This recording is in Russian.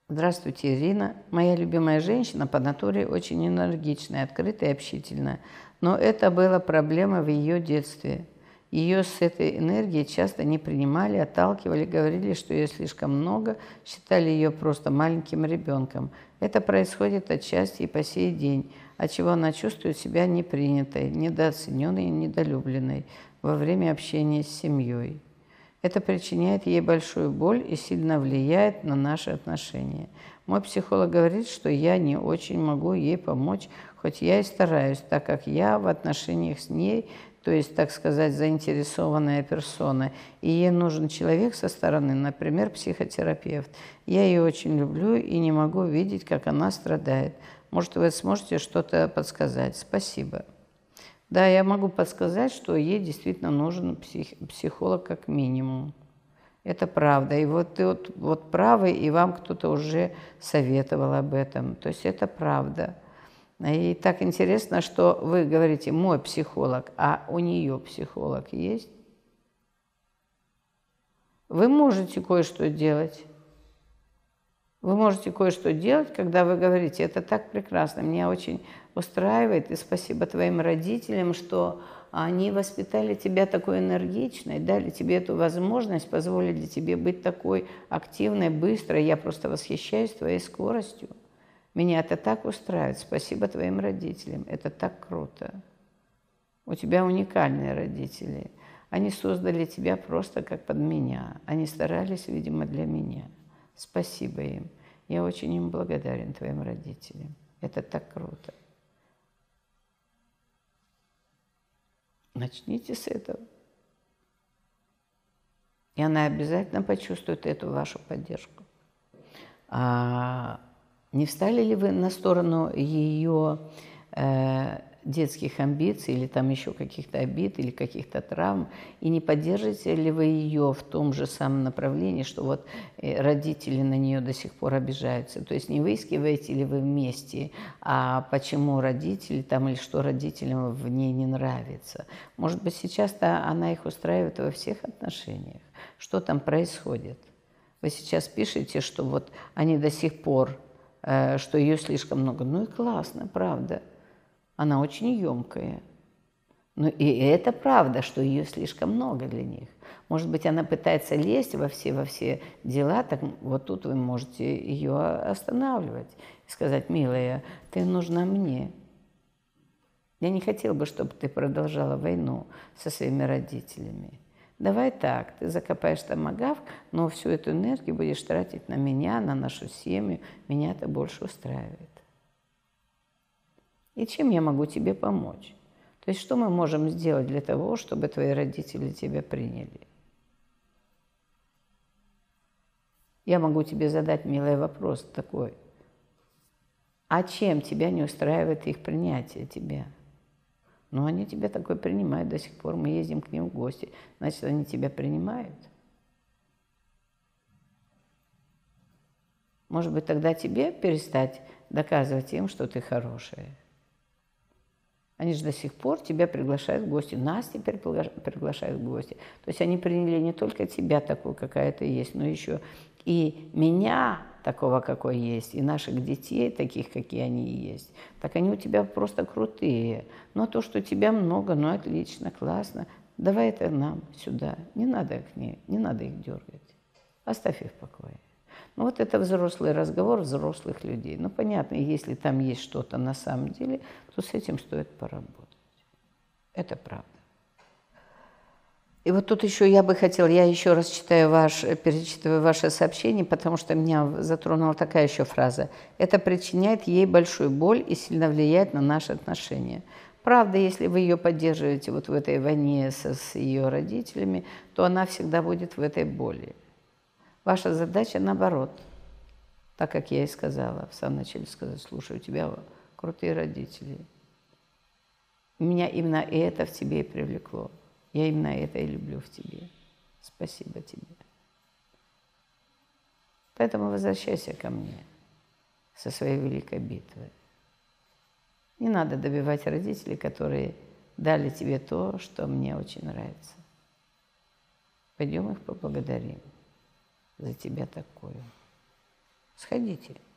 Здравствуйте, Ирина. Моя любимая женщина по натуре очень энергичная, открытая и общительная. Но это была проблема в ее детстве. Ее с этой энергией часто не принимали, отталкивали, говорили, что ее слишком много, считали ее просто маленьким ребенком. Это происходит отчасти и по сей день, отчего она чувствует себя непринятой, недооцененной и недолюбленной во время общения с семьей. Это причиняет ей большую боль и сильно влияет на наши отношения. Мой психолог говорит, что я не очень могу ей помочь, хоть я и стараюсь, так как я в отношениях с ней, то есть, так сказать, заинтересованная персона, и ей нужен человек со стороны, например, психотерапевт. Я ее очень люблю и не могу видеть, как она страдает. Может, вы сможете что-то подсказать? Спасибо. Да, я могу подсказать, что ей действительно нужен психолог как минимум. Это правда. И вот ты вот правы, и вам кто-то уже советовал об этом. То есть это правда. И так интересно, что вы говорите «мой психолог», а у нее психолог есть. Вы можете кое-что делать. Вы можете кое-что делать, когда вы говорите, это так прекрасно, меня очень устраивает, и спасибо твоим родителям, что они воспитали тебя такой энергичной, дали тебе эту возможность, позволили тебе быть такой активной, быстрой. Я просто восхищаюсь твоей скоростью. Меня это так устраивает. Спасибо твоим родителям. Это так круто. У тебя уникальные родители. Они создали тебя просто как под меня. Они старались, видимо, для меня. Спасибо им. Я очень им благодарен, твоим родителям. Это так круто. Начните с этого. И она обязательно почувствует эту вашу поддержку. Не встали ли вы на сторону ее детских амбиций или там еще каких-то обид или каких-то травм, и не поддержите ли вы ее в том же самом направлении, что вот родители на нее до сих пор обижаются? То есть не выискиваете ли вы вместе, а почему родители там или что родителям в ней не нравится? Может быть, сейчас-то она их устраивает во всех отношениях. Что там происходит? Вы сейчас пишете, что вот они до сих пор, что ее слишком много. Ну и классно, правда. Она очень емкая. Ну и это правда, что ее слишком много для них. Может быть, она пытается лезть во все дела, так вот тут вы можете ее останавливать и сказать, милая, ты нужна мне. Я не хотела бы, чтобы ты продолжала войну со своими родителями. Давай так, ты закопаешь томагавк, но всю эту энергию будешь тратить на меня, на нашу семью. Меня это больше устраивает. И чем я могу тебе помочь? То есть что мы можем сделать для того, чтобы твои родители тебя приняли? Я могу тебе задать, милый, вопрос такой. А чем тебя не устраивает их принятие тебя? Ну, они тебя такой принимают до сих пор. Мы ездим к ним в гости. Значит, они тебя принимают. Может быть, тогда тебе перестать доказывать им, что ты хорошая? Они же до сих пор тебя приглашают в гости. Нас теперь приглашают в гости. То есть они приняли не только тебя такую, какая ты есть, но еще и меня такого, какой есть, и наших детей, таких, какие они есть. Так они у тебя просто крутые. Но то, что тебя много, ну отлично, классно. Давай это нам сюда. Не надо к ней, не надо их дергать. Оставь их в покое. Ну вот это взрослый разговор взрослых людей. Ну понятно, если там есть что-то на самом деле, то с этим стоит поработать. Это правда. И вот тут еще я бы хотела, я еще раз перечитываю ваше сообщение, потому что меня затронула такая еще фраза. Это причиняет ей большую боль и сильно влияет на наши отношения. Правда, если вы ее поддерживаете вот в этой войне с ее родителями, то она всегда будет в этой боли. Ваша задача наоборот, так как я и сказала, в самом начале сказать, слушай, у тебя крутые родители. Меня именно это в тебе и привлекло. Я именно это и люблю в тебе. Спасибо тебе. Поэтому возвращайся ко мне со своей великой битвой. Не надо добивать родителей, которые дали тебе то, что мне очень нравится. Пойдем их поблагодарим за тебя такую. Сходите.